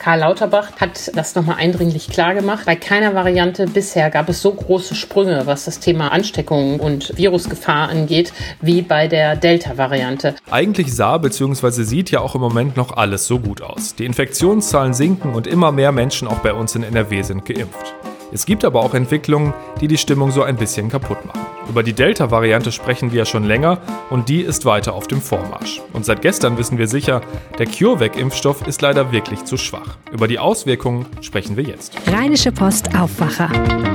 Karl Lauterbach hat das nochmal eindringlich klargemacht. Bei keiner Variante bisher gab es so große Sprünge, was das Thema Ansteckung und Virusgefahr angeht, wie bei der Delta-Variante. Eigentlich sah bzw. sieht ja auch im Moment noch alles so gut aus. Die Infektionszahlen sinken und immer mehr Menschen auch bei uns in NRW sind geimpft. Es gibt aber auch Entwicklungen, die die Stimmung so ein bisschen kaputt machen. Über die Delta-Variante sprechen wir ja schon länger und die ist weiter auf dem Vormarsch. Und seit gestern wissen wir sicher, der CureVac-Impfstoff ist leider wirklich zu schwach. Über die Auswirkungen sprechen wir jetzt. Rheinische Post Aufwacher.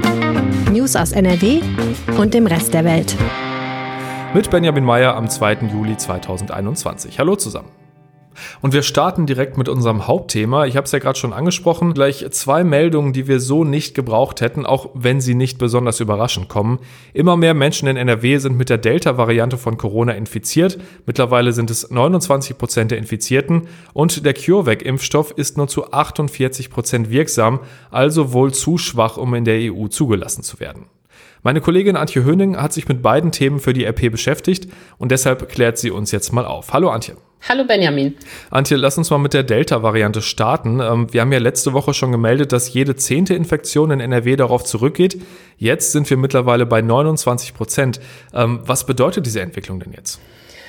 News aus NRW und dem Rest der Welt. Mit Benjamin Meyer am 2. Juli 2021. Hallo zusammen. Und wir starten direkt mit unserem Hauptthema. Ich habe es ja gerade schon angesprochen. Gleich 2 Meldungen, die wir so nicht gebraucht hätten, auch wenn sie nicht besonders überraschend kommen. Immer mehr Menschen in NRW sind mit der Delta-Variante von Corona infiziert. Mittlerweile sind es 29% der Infizierten. Und der CureVac-Impfstoff ist nur zu 48% wirksam, also wohl zu schwach, um in der EU zugelassen zu werden. Meine Kollegin Antje Höning hat sich mit beiden Themen für die RP beschäftigt und deshalb klärt sie uns jetzt mal auf. Hallo Antje. Hallo Benjamin. Antje, lass uns mal mit der Delta-Variante starten. Wir haben ja letzte Woche schon gemeldet, dass jede 10. Infektion in NRW darauf zurückgeht. Jetzt sind wir mittlerweile bei 29%. Was bedeutet diese Entwicklung denn jetzt?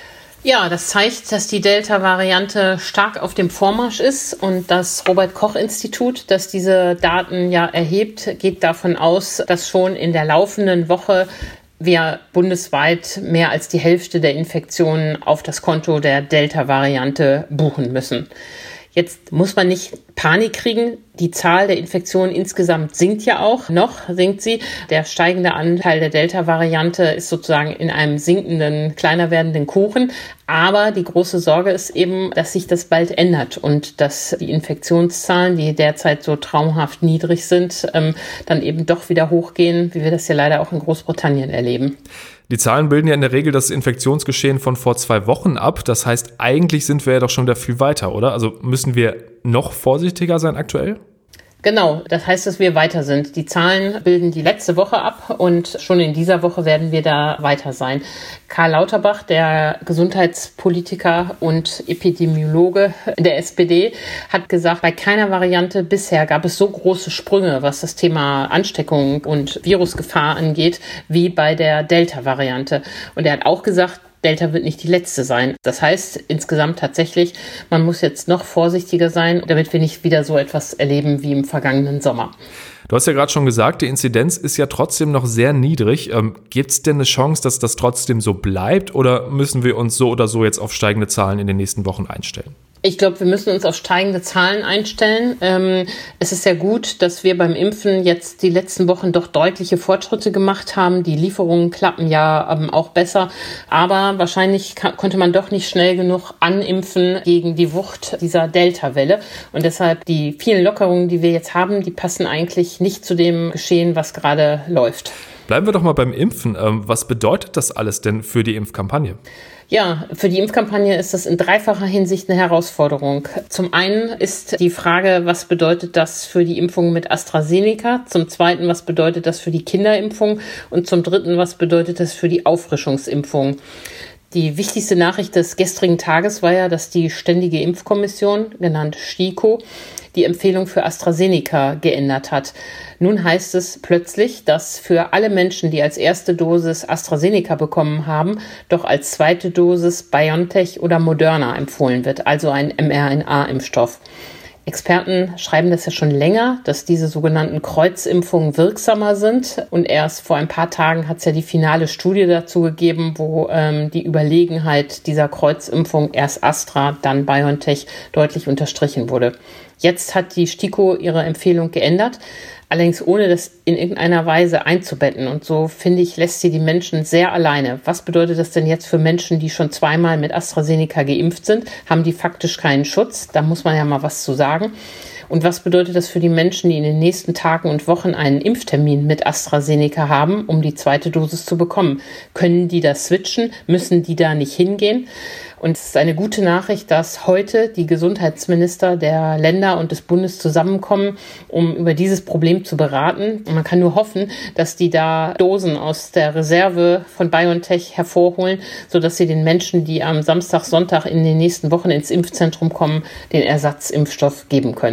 Ja, das zeigt, dass die Delta-Variante stark auf dem Vormarsch ist und das Robert-Koch-Institut, das diese Daten ja erhebt, geht davon aus, dass schon in der laufenden Woche wir bundesweit mehr als die Hälfte der Infektionen auf das Konto der Delta-Variante buchen müssen. Jetzt muss man nicht Panik kriegen. Die Zahl der Infektionen insgesamt sinkt ja auch. Noch sinkt sie. Der steigende Anteil der Delta-Variante ist sozusagen in einem sinkenden, kleiner werdenden Kuchen. Aber die große Sorge ist eben, dass sich das bald ändert und dass die Infektionszahlen, die derzeit so traumhaft niedrig sind, dann eben doch wieder hochgehen, wie wir das ja leider auch in Großbritannien erleben. Die Zahlen bilden ja in der Regel das Infektionsgeschehen von vor 2 Wochen ab. Das heißt, eigentlich sind wir ja doch schon da viel weiter, oder? Also müssen wir noch vorsichtiger sein aktuell? Genau, das heißt, dass wir weiter sind. Die Zahlen bilden die letzte Woche ab und schon in dieser Woche werden wir da weiter sein. Karl Lauterbach, der Gesundheitspolitiker und Epidemiologe der SPD, hat gesagt, bei keiner Variante bisher gab es so große Sprünge, was das Thema Ansteckung und Virusgefahr angeht, wie bei der Delta-Variante. Und er hat auch gesagt, Delta wird nicht die letzte sein. Das heißt insgesamt tatsächlich, man muss jetzt noch vorsichtiger sein, damit wir nicht wieder so etwas erleben wie im vergangenen Sommer. Du hast ja gerade schon gesagt, die Inzidenz ist ja trotzdem noch sehr niedrig. Gibt es denn eine Chance, dass das trotzdem so bleibt oder müssen wir uns so oder so jetzt auf steigende Zahlen in den nächsten Wochen einstellen? Ich glaube, wir müssen uns auf steigende Zahlen einstellen. Es ist ja gut, dass wir beim Impfen jetzt die letzten Wochen doch deutliche Fortschritte gemacht haben. Die Lieferungen klappen ja auch besser. Aber wahrscheinlich konnte man doch nicht schnell genug animpfen gegen die Wucht dieser Delta-Welle. Und deshalb die vielen Lockerungen, die wir jetzt haben, die passen eigentlich nicht zu dem Geschehen, was gerade läuft. Bleiben wir doch mal beim Impfen. Was bedeutet das alles denn für die Impfkampagne? Ja, für die Impfkampagne ist das in dreifacher Hinsicht eine Herausforderung. Zum einen ist die Frage, was bedeutet das für die Impfung mit AstraZeneca? Zum zweiten, was bedeutet das für die Kinderimpfung? Und zum dritten, was bedeutet das für die Auffrischungsimpfung? Die wichtigste Nachricht des gestrigen Tages war ja, dass die Ständige Impfkommission, genannt STIKO, die Empfehlung für AstraZeneca geändert hat. Nun heißt es plötzlich, dass für alle Menschen, die als erste Dosis AstraZeneca bekommen haben, doch als zweite Dosis BioNTech oder Moderna empfohlen wird, also ein mRNA-Impfstoff. Experten schreiben das ja schon länger, dass diese sogenannten Kreuzimpfungen wirksamer sind. Und erst vor ein paar Tagen hat es ja die finale Studie dazu gegeben, wo die Überlegenheit dieser Kreuzimpfung erst Astra, dann BioNTech deutlich unterstrichen wurde. Jetzt hat die STIKO ihre Empfehlung geändert, allerdings ohne das in irgendeiner Weise einzubetten. Und so, finde ich, lässt sie die Menschen sehr alleine. Was bedeutet das denn jetzt für Menschen, die schon 2-mal mit AstraZeneca geimpft sind? Haben die faktisch keinen Schutz? Da muss man ja mal was zu sagen. Und was bedeutet das für die Menschen, die in den nächsten Tagen und Wochen einen Impftermin mit AstraZeneca haben, um die zweite Dosis zu bekommen? Können die da switchen? Müssen die da nicht hingehen? Und es ist eine gute Nachricht, dass heute die Gesundheitsminister der Länder und des Bundes zusammenkommen, um über dieses Problem zu beraten. Und man kann nur hoffen, dass die da Dosen aus der Reserve von BioNTech hervorholen, sodass sie den Menschen, die am Samstag, Sonntag in den nächsten Wochen ins Impfzentrum kommen, den Ersatzimpfstoff geben können.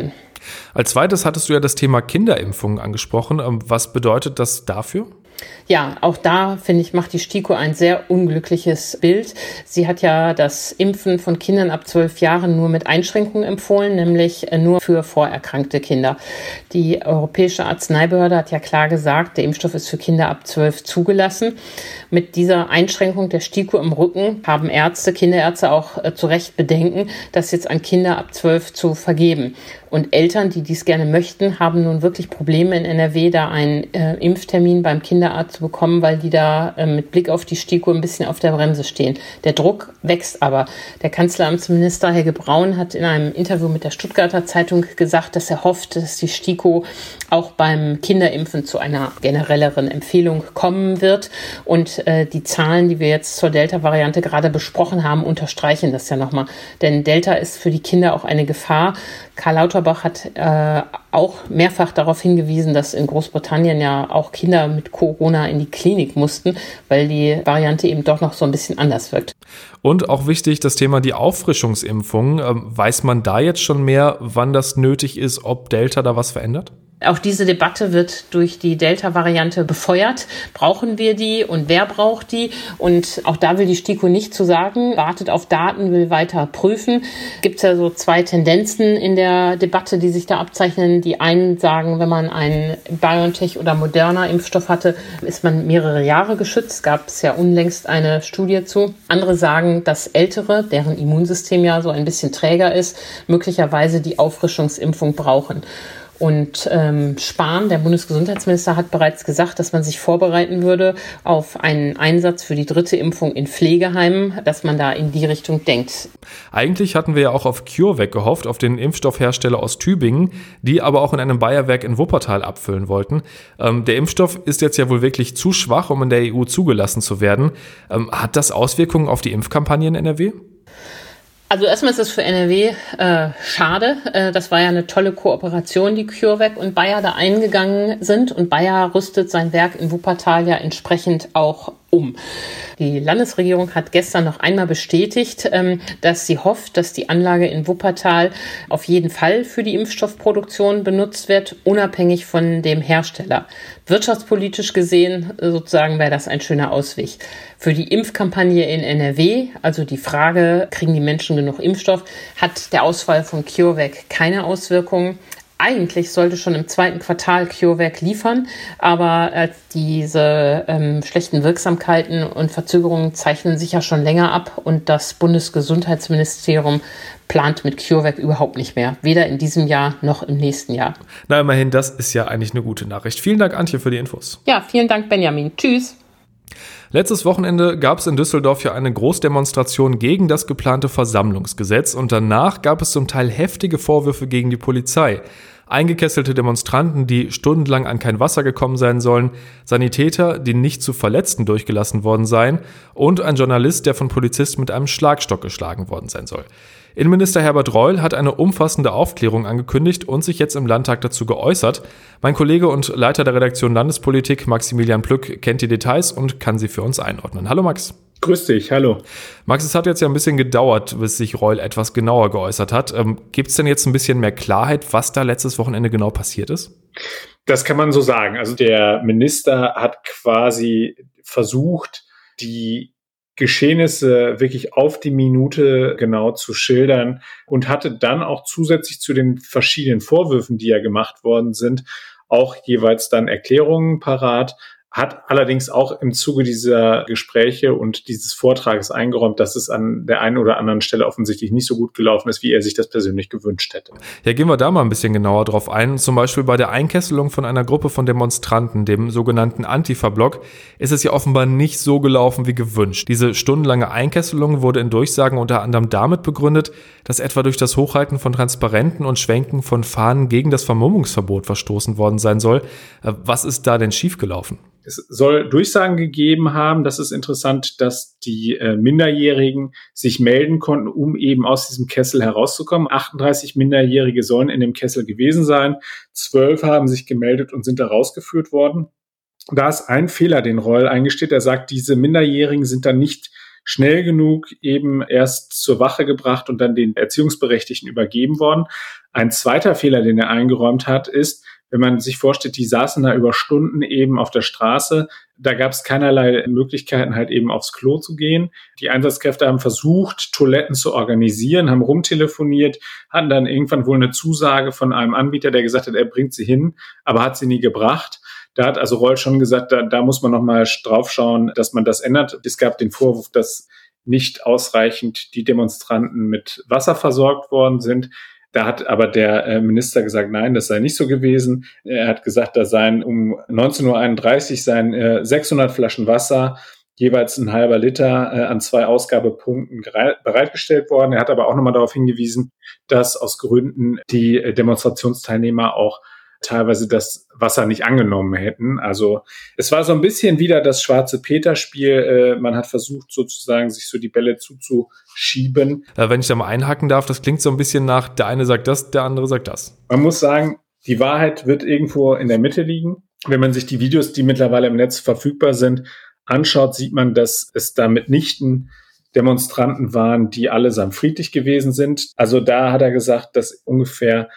Als zweites hattest du ja das Thema Kinderimpfungen angesprochen. Was bedeutet das dafür? Ja, auch da, finde ich, macht die STIKO ein sehr unglückliches Bild. Sie hat ja das Impfen von Kindern ab 12 Jahren nur mit Einschränkungen empfohlen, nämlich nur für vorerkrankte Kinder. Die Europäische Arzneibehörde hat ja klar gesagt, der Impfstoff ist für Kinder ab 12 zugelassen. Mit dieser Einschränkung der STIKO im Rücken haben Kinderärzte auch zu Recht Bedenken, das jetzt an Kinder ab 12 zu vergeben. Und Eltern, die dies gerne möchten, haben nun wirklich Probleme in NRW, da einen Impftermin beim Kinderarzt zu bekommen, weil die da mit Blick auf die STIKO ein bisschen auf der Bremse stehen. Der Druck wächst aber. Der Kanzleramtsminister Helge Braun hat in einem Interview mit der Stuttgarter Zeitung gesagt, dass er hofft, dass die STIKO auch beim Kinderimpfen zu einer generelleren Empfehlung kommen wird. Und die Zahlen, die wir jetzt zur Delta-Variante gerade besprochen haben, unterstreichen das ja nochmal. Denn Delta ist für die Kinder auch eine Gefahr. Karl Lauterbach hat auch mehrfach darauf hingewiesen, dass in Großbritannien ja auch Kinder mit Corona in die Klinik mussten, weil die Variante eben doch noch so ein bisschen anders wirkt. Und auch wichtig, das Thema die Auffrischungsimpfung. Weiß man da jetzt schon mehr, wann das nötig ist, ob Delta da was verändert? Auch diese Debatte wird durch die Delta-Variante befeuert. Brauchen wir die und wer braucht die? Und auch da will die STIKO nicht zu sagen, wartet auf Daten, will weiter prüfen. Gibt es ja so zwei Tendenzen in der Debatte, die sich da abzeichnen. Die einen sagen, wenn man einen BioNTech oder Moderna-Impfstoff hatte, ist man mehrere Jahre geschützt. Gab es ja unlängst eine Studie zu. Andere sagen, dass Ältere, deren Immunsystem ja so ein bisschen träger ist, möglicherweise die Auffrischungsimpfung brauchen. Und Spahn, der Bundesgesundheitsminister, hat bereits gesagt, dass man sich vorbereiten würde auf einen Einsatz für die 3. Impfung in Pflegeheimen, dass man da in die Richtung denkt. Eigentlich hatten wir ja auch auf CureVac gehofft, auf den Impfstoffhersteller aus Tübingen, die aber auch in einem Bayerwerk in Wuppertal abfüllen wollten. Der Impfstoff ist jetzt ja wohl wirklich zu schwach, um in der EU zugelassen zu werden. Hat das Auswirkungen auf die Impfkampagne in NRW? Also erstmal ist es für NRW schade. Das war ja eine tolle Kooperation, die CureVac und Bayer da eingegangen sind. Und Bayer rüstet sein Werk in Wuppertal ja entsprechend auch um. Die Landesregierung hat gestern noch einmal bestätigt, dass sie hofft, dass die Anlage in Wuppertal auf jeden Fall für die Impfstoffproduktion benutzt wird, unabhängig von dem Hersteller. Wirtschaftspolitisch gesehen sozusagen wäre das ein schöner Ausweg. Für die Impfkampagne in NRW, also die Frage, kriegen die Menschen genug Impfstoff, hat der Ausfall von CureVac keine Auswirkungen. Eigentlich sollte schon im 2. Quartal CureVac liefern, aber diese schlechten Wirksamkeiten und Verzögerungen zeichnen sich ja schon länger ab und das Bundesgesundheitsministerium plant mit CureVac überhaupt nicht mehr, weder in diesem Jahr noch im nächsten Jahr. Na, immerhin, das ist ja eigentlich eine gute Nachricht. Vielen Dank, Antje, für die Infos. Ja, vielen Dank, Benjamin. Tschüss. Letztes Wochenende gab es in Düsseldorf ja eine Großdemonstration gegen das geplante Versammlungsgesetz und danach gab es zum Teil heftige Vorwürfe gegen die Polizei. Eingekesselte Demonstranten, die stundenlang an kein Wasser gekommen sein sollen, Sanitäter, die nicht zu Verletzten durchgelassen worden seien und ein Journalist, der von Polizisten mit einem Schlagstock geschlagen worden sein soll. Innenminister Herbert Reul hat eine umfassende Aufklärung angekündigt und sich jetzt im Landtag dazu geäußert. Mein Kollege und Leiter der Redaktion Landespolitik, Maximilian Plück, kennt die Details und kann sie für uns einordnen. Hallo Max. Grüß dich, hallo. Max, es hat jetzt ja ein bisschen gedauert, bis sich Reul etwas genauer geäußert hat. Gibt es denn jetzt ein bisschen mehr Klarheit, was da letztes Wochenende genau passiert ist? Das kann man so sagen. Also der Minister hat quasi versucht, die Geschehnisse wirklich auf die Minute genau zu schildern und hatte dann auch zusätzlich zu den verschiedenen Vorwürfen, die ja gemacht worden sind, auch jeweils dann Erklärungen parat, hat allerdings auch im Zuge dieser Gespräche und dieses Vortrages eingeräumt, dass es an der einen oder anderen Stelle offensichtlich nicht so gut gelaufen ist, wie er sich das persönlich gewünscht hätte. Ja, gehen wir da mal ein bisschen genauer drauf ein. Zum Beispiel bei der Einkesselung von einer Gruppe von Demonstranten, dem sogenannten Antifa-Block, ist es ja offenbar nicht so gelaufen wie gewünscht. Diese stundenlange Einkesselung wurde in Durchsagen unter anderem damit begründet, dass etwa durch das Hochhalten von Transparenten und Schwenken von Fahnen gegen das Vermummungsverbot verstoßen worden sein soll. Was ist da denn schiefgelaufen? Es soll Durchsagen gegeben haben, das ist interessant, dass die Minderjährigen sich melden konnten, um eben aus diesem Kessel herauszukommen. 38 Minderjährige sollen in dem Kessel gewesen sein. 12 haben sich gemeldet und sind da rausgeführt worden. Da ist ein Fehler, den Reul eingesteht. Er sagt, diese Minderjährigen sind dann nicht schnell genug eben erst zur Wache gebracht und dann den Erziehungsberechtigten übergeben worden. Ein zweiter Fehler, den er eingeräumt hat, ist, wenn man sich vorstellt, die saßen da über Stunden eben auf der Straße, da gab es keinerlei Möglichkeiten, halt eben aufs Klo zu gehen. Die Einsatzkräfte haben versucht, Toiletten zu organisieren, haben rumtelefoniert, hatten dann irgendwann wohl eine Zusage von einem Anbieter, der gesagt hat, er bringt sie hin, aber hat sie nie gebracht. Da hat also Reul schon gesagt, da muss man nochmal drauf schauen, dass man das ändert. Es gab den Vorwurf, dass nicht ausreichend die Demonstranten mit Wasser versorgt worden sind. Da hat aber der Minister gesagt, nein, das sei nicht so gewesen. Er hat gesagt, da seien um 19.31 Uhr 600 Flaschen Wasser, jeweils ein halber Liter an 2 Ausgabepunkten bereitgestellt worden. Er hat aber auch nochmal darauf hingewiesen, dass aus Gründen die Demonstrationsteilnehmer auch teilweise das Wasser nicht angenommen hätten. Also es war so ein bisschen wieder das Schwarze-Peter-Spiel. Man hat versucht, sozusagen sich so die Bälle zuzuschieben. Wenn ich da mal einhaken darf, das klingt so ein bisschen nach, der eine sagt das, der andere sagt das. Man muss sagen, die Wahrheit wird irgendwo in der Mitte liegen. Wenn man sich die Videos, die mittlerweile im Netz verfügbar sind, anschaut, sieht man, dass es da mitnichten Demonstranten waren, die allesamt friedlich gewesen sind. Also da hat er gesagt, dass ungefähr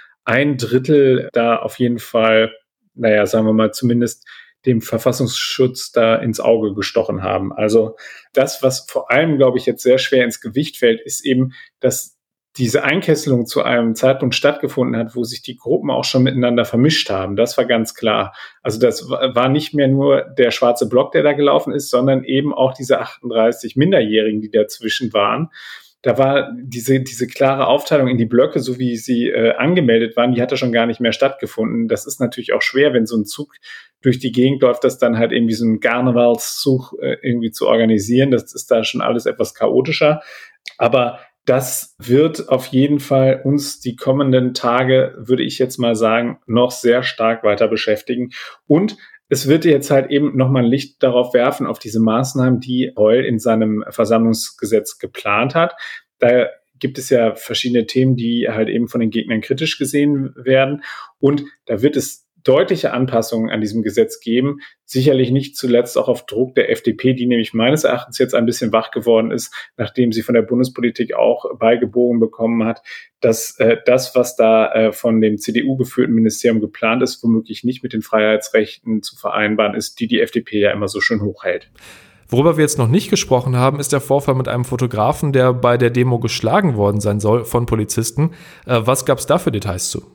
1/3 da auf jeden Fall, sagen wir mal, zumindest dem Verfassungsschutz da ins Auge gestochen haben. Also das, was vor allem, glaube ich, jetzt sehr schwer ins Gewicht fällt, ist eben, dass diese Einkesselung zu einem Zeitpunkt stattgefunden hat, wo sich die Gruppen auch schon miteinander vermischt haben. Das war ganz klar. Also das war nicht mehr nur der schwarze Block, der da gelaufen ist, sondern eben auch diese 38 Minderjährigen, die dazwischen waren. Da war diese klare Aufteilung in die Blöcke, so wie sie angemeldet waren, die hatte schon gar nicht mehr stattgefunden. Das ist natürlich auch schwer, wenn so ein Zug durch die Gegend läuft, das dann halt irgendwie so ein Karnevalszug irgendwie zu organisieren. Das ist da schon alles etwas chaotischer. Aber das wird auf jeden Fall uns die kommenden Tage, würde ich jetzt mal sagen, noch sehr stark weiter beschäftigen. Und es wird jetzt halt eben nochmal ein Licht darauf werfen, auf diese Maßnahmen, die Reul in seinem Versammlungsgesetz geplant hat. Da gibt es ja verschiedene Themen, die halt eben von den Gegnern kritisch gesehen werden. Und da wird es deutliche Anpassungen an diesem Gesetz geben. Sicherlich nicht zuletzt auch auf Druck der FDP, die nämlich meines Erachtens jetzt ein bisschen wach geworden ist, nachdem sie von der Bundespolitik auch beigebogen bekommen hat, dass das, was da von dem CDU-geführten Ministerium geplant ist, womöglich nicht mit den Freiheitsrechten zu vereinbaren ist, die FDP ja immer so schön hochhält. Worüber wir jetzt noch nicht gesprochen haben, ist der Vorfall mit einem Fotografen, der bei der Demo geschlagen worden sein soll von Polizisten. Was gab es da für Details zu?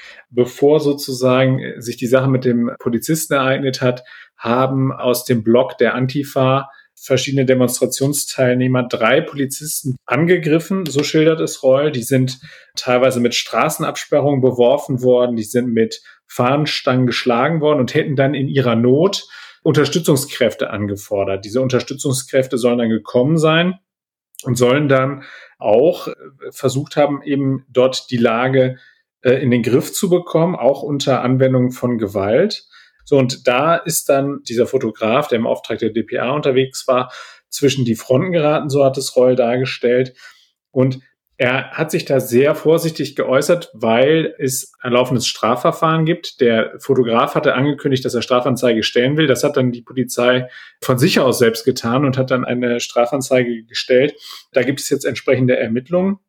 Bevor sozusagen sich die Sache mit dem Polizisten ereignet hat, haben aus dem Block der Antifa verschiedene Demonstrationsteilnehmer 3 Polizisten angegriffen, so schildert es Reul. Die sind teilweise mit Straßenabsperrungen beworfen worden, die sind mit Fahnenstangen geschlagen worden und hätten dann in ihrer Not Unterstützungskräfte angefordert. Diese Unterstützungskräfte sollen dann gekommen sein und sollen dann auch versucht haben, eben dort die Lage in den Griff zu bekommen, auch unter Anwendung von Gewalt. So, und da ist dann dieser Fotograf, der im Auftrag der dpa unterwegs war, zwischen die Fronten geraten, so hat es Reul dargestellt. Und er hat sich da sehr vorsichtig geäußert, weil es ein laufendes Strafverfahren gibt. Der Fotograf hatte angekündigt, dass er Strafanzeige stellen will. Das hat dann die Polizei von sich aus selbst getan und hat dann eine Strafanzeige gestellt. Da gibt es jetzt entsprechende Ermittlungen.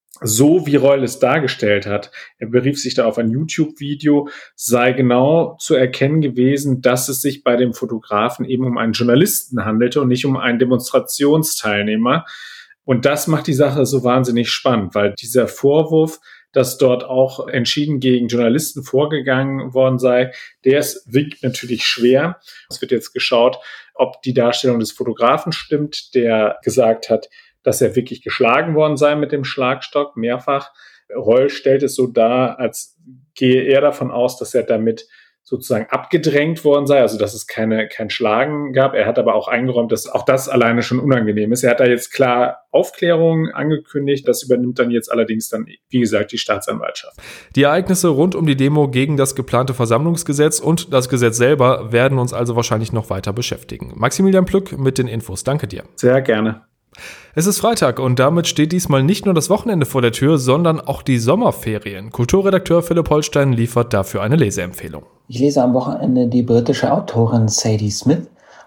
So wie Reul es dargestellt hat, er berief sich da auf ein YouTube-Video, sei genau zu erkennen gewesen, dass es sich bei dem Fotografen eben um einen Journalisten handelte und nicht um einen Demonstrationsteilnehmer. Und das macht die Sache so wahnsinnig spannend, weil dieser Vorwurf, dass dort auch entschieden gegen Journalisten vorgegangen worden sei, wiegt natürlich schwer. Es wird jetzt geschaut, ob die Darstellung des Fotografen stimmt, der gesagt hat, dass er wirklich geschlagen worden sei mit dem Schlagstock, mehrfach. Reul stellt es so dar, als gehe er davon aus, dass er damit sozusagen abgedrängt worden sei, also dass es kein Schlagen gab. Er hat aber auch eingeräumt, dass auch das alleine schon unangenehm ist. Er hat da jetzt klar Aufklärung angekündigt. Das übernimmt dann jetzt allerdings dann, wie gesagt, die Staatsanwaltschaft. Die Ereignisse rund um die Demo gegen das geplante Versammlungsgesetz und das Gesetz selber werden uns also wahrscheinlich noch weiter beschäftigen. Maximilian Plück mit den Infos. Danke dir. Sehr gerne. Es ist Freitag und damit steht diesmal nicht nur das Wochenende vor der Tür, sondern auch die Sommerferien. Kulturredakteur Philipp Holstein liefert dafür eine Leseempfehlung. Ich lese am Wochenende die britische Autorin Sadie Smith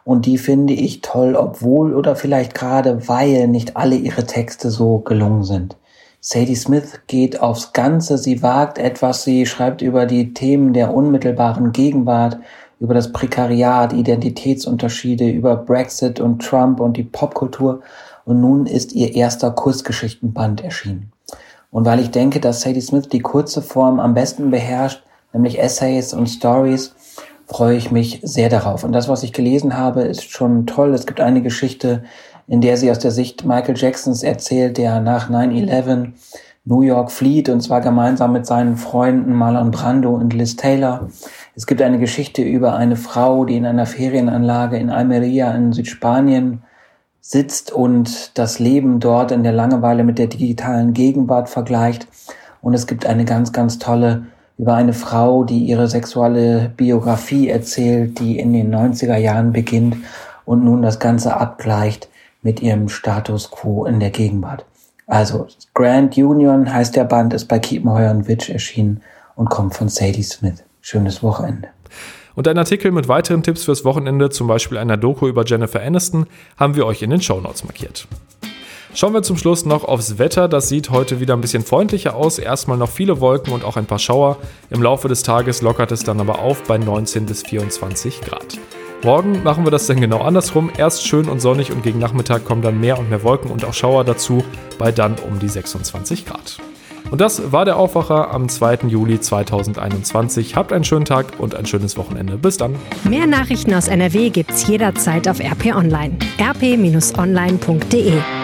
Und die finde ich toll, obwohl oder vielleicht gerade weil nicht alle ihre Texte so gelungen sind. Sadie Smith geht aufs Ganze, sie wagt etwas, sie schreibt über die Themen der unmittelbaren Gegenwart, über das Prekariat, Identitätsunterschiede, über Brexit und Trump und die Popkultur. Und nun ist ihr erster Kurzgeschichtenband erschienen. Und weil ich denke, dass Sadie Smith die kurze Form am besten beherrscht, nämlich Essays und Stories, freue ich mich sehr darauf. Und das, was ich gelesen habe, ist schon toll. Es gibt eine Geschichte, in der sie aus der Sicht Michael Jacksons erzählt, der nach 9/11 New York flieht, und zwar gemeinsam mit seinen Freunden Marlon Brando und Liz Taylor. Es gibt eine Geschichte über eine Frau, die in einer Ferienanlage in Almeria in Südspanien sitzt und das Leben dort in der Langeweile mit der digitalen Gegenwart vergleicht. Und es gibt eine ganz, ganz tolle über eine Frau, die ihre sexuelle Biografie erzählt, die in den 90er Jahren beginnt und nun das Ganze abgleicht mit ihrem Status quo in der Gegenwart. Also Grand Union heißt der Band, ist bei Kiepenheuer & Witsch erschienen und kommt von Sadie Smith. Schönes Wochenende. Und einen Artikel mit weiteren Tipps fürs Wochenende, zum Beispiel einer Doku über Jennifer Aniston, haben wir euch in den Shownotes markiert. Schauen wir zum Schluss noch aufs Wetter. Das sieht heute wieder ein bisschen freundlicher aus. Erstmal noch viele Wolken und auch ein paar Schauer. Im Laufe des Tages lockert es dann aber auf bei 19 bis 24 Grad. Morgen machen wir das dann genau andersrum. Erst schön und sonnig und gegen Nachmittag kommen dann mehr und mehr Wolken und auch Schauer dazu, bei dann um die 26 Grad. Und das war der Aufwacher am 2. Juli 2021. Habt einen schönen Tag und ein schönes Wochenende. Bis dann. Mehr Nachrichten aus NRW gibt's jederzeit auf RP Online. rp-online.de